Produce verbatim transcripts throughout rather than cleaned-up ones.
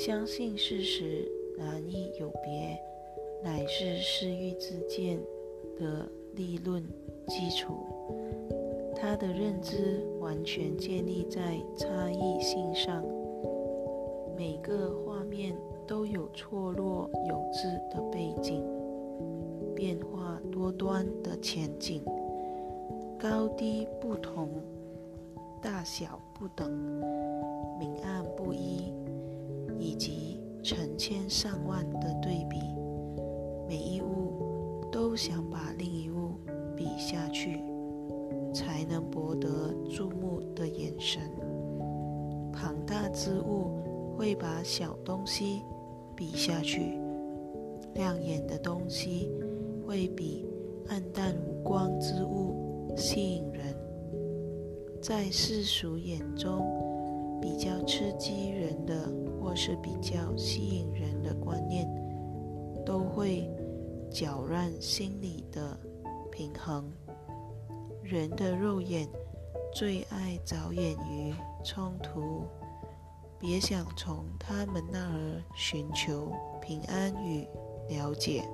相信事实难以有别，乃是世欲之见的立论基础。他的认知完全建立在差异性上，每个画面都有错落有致的背景，变化多端的前景，高低不同，大小不等，明暗不一，以及成千上万的对比，每一物都想把另一物比下去，才能博得注目的眼神。庞大之物会把小东西比下去，亮眼的东西会比暗淡无光之物吸引人。在世俗眼中，比较刺激人的或是比较吸引人的观念，都会搅乱心理的平衡。人的肉眼最爱着眼于冲突，别想从他们那儿寻求平安与了解。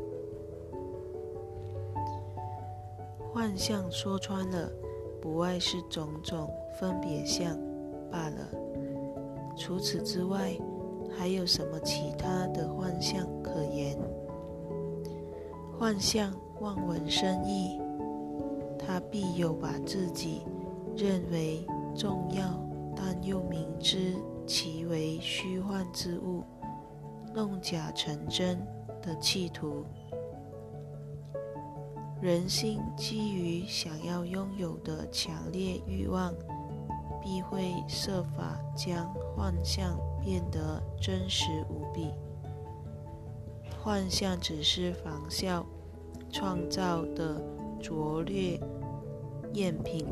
幻象说穿了，不外是种种分别相罢了。除此之外，还有什么其他的幻象可言？幻象望文生义，他必有把自己认为重要但又明知其为虚幻之物弄假成真的企图。人心基于想要拥有的强烈欲望，必会设法将幻象变得真实无比。幻象只是仿效创造的拙劣赝品，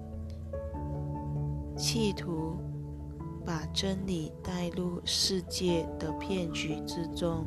企图把真理带入世界的骗局之中。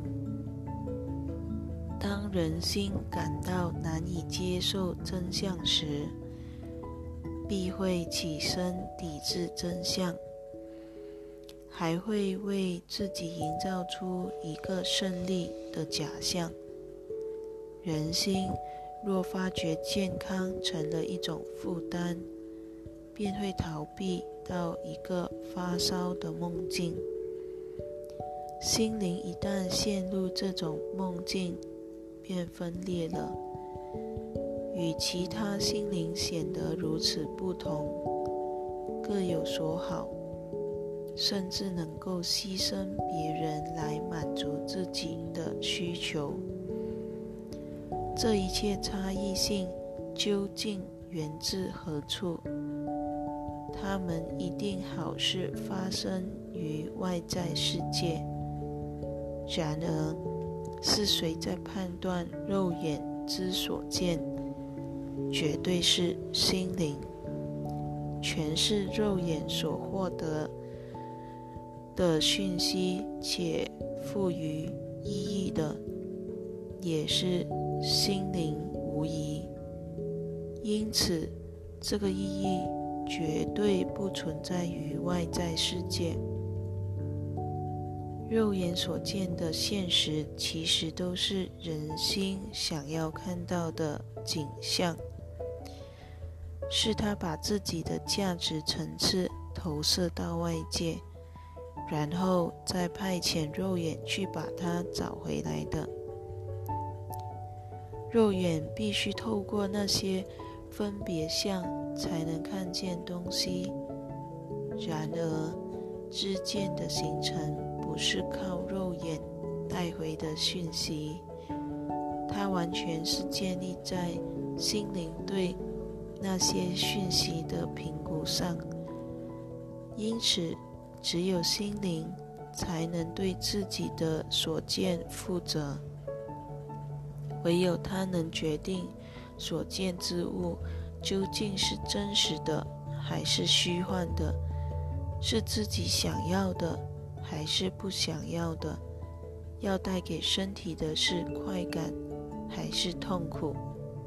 当人心感到难以接受真相时，必会起身抵制真相，还会为自己营造出一个胜利的假象。人心若发觉健康成了一种负担，便会逃避到一个发烧的梦境。心灵一旦陷入这种梦境，便分裂了，与其他心灵显得如此不同，各有所好，甚至能够牺牲别人来满足自己的需求。这一切差异性究竟源自何处？它们一定好是发生于外在世界，然而是谁在判断肉眼之所见？绝对是心灵。全是肉眼所获得的讯息且赋予意义的，也是心灵无疑。因此，这个意义绝对不存在于外在世界。肉眼所见的现实，其实都是人心想要看到的景象，是他把自己的价值层次投射到外界，然后再派遣肉眼去把它找回来的。肉眼必须透过那些分别相才能看见东西，然而知见的形成不是靠肉眼带回的讯息，它完全是建立在心灵对那些讯息的评估上。因此，只有心灵才能对自己的所见负责，唯有它能决定所见之物究竟是真实的还是虚幻的，是自己想要的还是不想要的，要带给身体的是快感还是痛苦。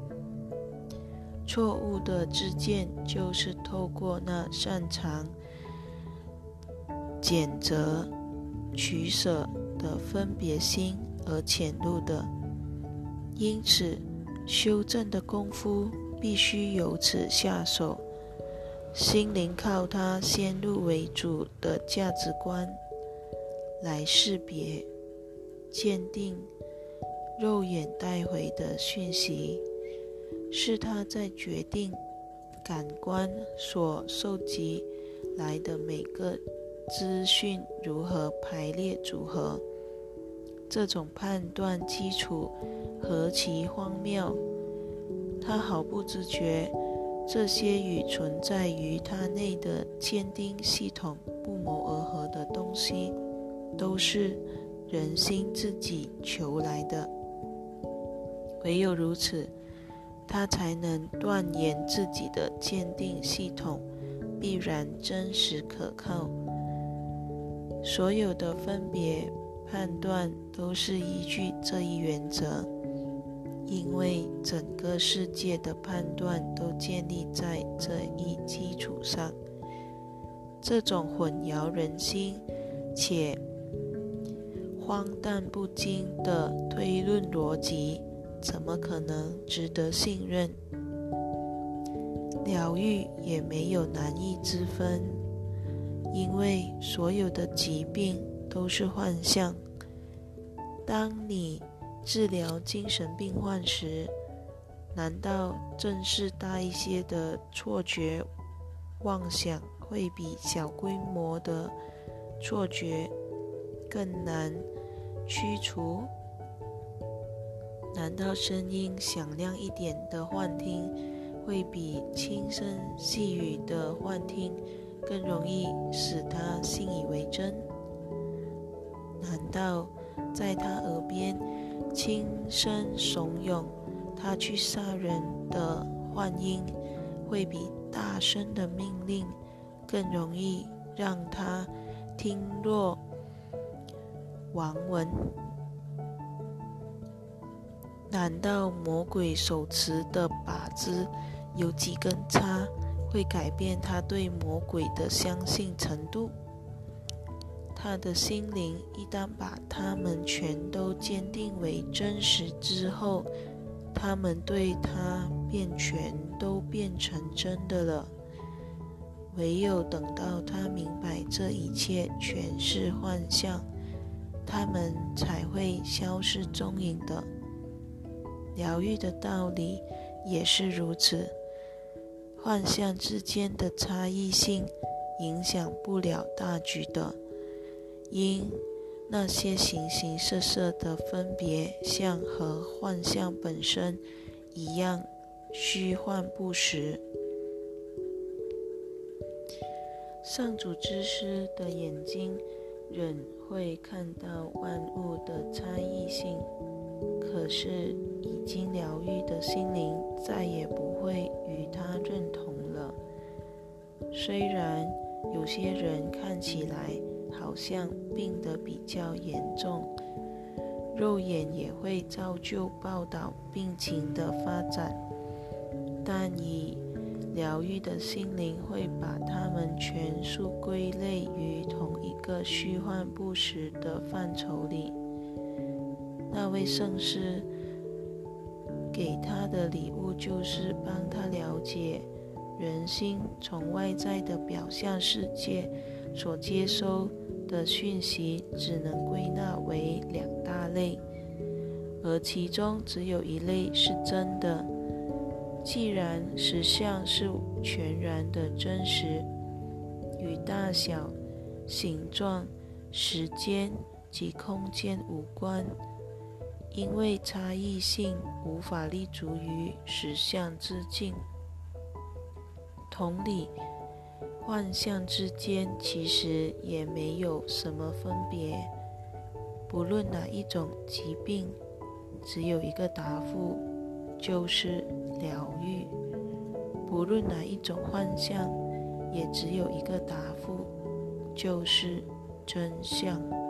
错误的知见就是透过那擅长谴责取舍的分别心而潜入的。因此，修正的功夫必须由此下手。心灵靠它先入为主的价值观来识别、鉴定肉眼带回的讯息，是它在决定感官所收集来的每个资讯如何排列组合。这种判断基础何其荒谬！他毫不知觉，这些与存在于他内的鉴定系统不谋而合的东西，都是人心自己求来的。唯有如此，他才能断言自己的鉴定系统必然真实可靠。所有的分别判断都是依据这一原则，因为整个世界的判断都建立在这一基础上。这种混淆人心且荒诞不经的推论逻辑，怎么可能值得信任？疗愈也没有难易之分，因为所有的疾病都是幻象。当你治疗精神病患时，难道正是大一些的错觉妄想会比小规模的错觉更难驱除？难道声音响亮一点的幻听会比轻声细语的幻听更容易使他信以为真？难道在他耳边轻声怂恿他去杀人的幻音会比大声的命令更容易让他听若罔闻？难道魔鬼手持的靶子有几根插会改变他对魔鬼的相信程度？他的心灵一旦把它们全都坚定为真实之后，他们对他便全都变成真的了。唯有等到他明白这一切全是幻象，他们才会消失踪影的。疗愈的道理也是如此，幻象之间的差异性影响不了大局的，因那些形形色色的分别相和幻象本身一样虚幻不实。上主之师的眼睛仍会看到万物的差异性，可是已经疗愈的心灵再也不会与他认同了。虽然有些人看起来好像病得比较严重，肉眼也会照旧报道病情的发展，但以疗愈的心灵会把它们全数归类于同一个虚幻不实的范畴里。那位圣师给他的礼物就是帮他了解人心从外在的表象世界所接收的讯息只能归纳为两大类，而其中只有一类是真的。既然实相是全然的真实，与大小、形状、时间及空间无关，因为差异性无法立足于实相之境。同理，幻象之间其实也没有什么分别。不论哪一种疾病，只有一个答复，就是疗愈；不论哪一种幻象，也只有一个答复，就是真相。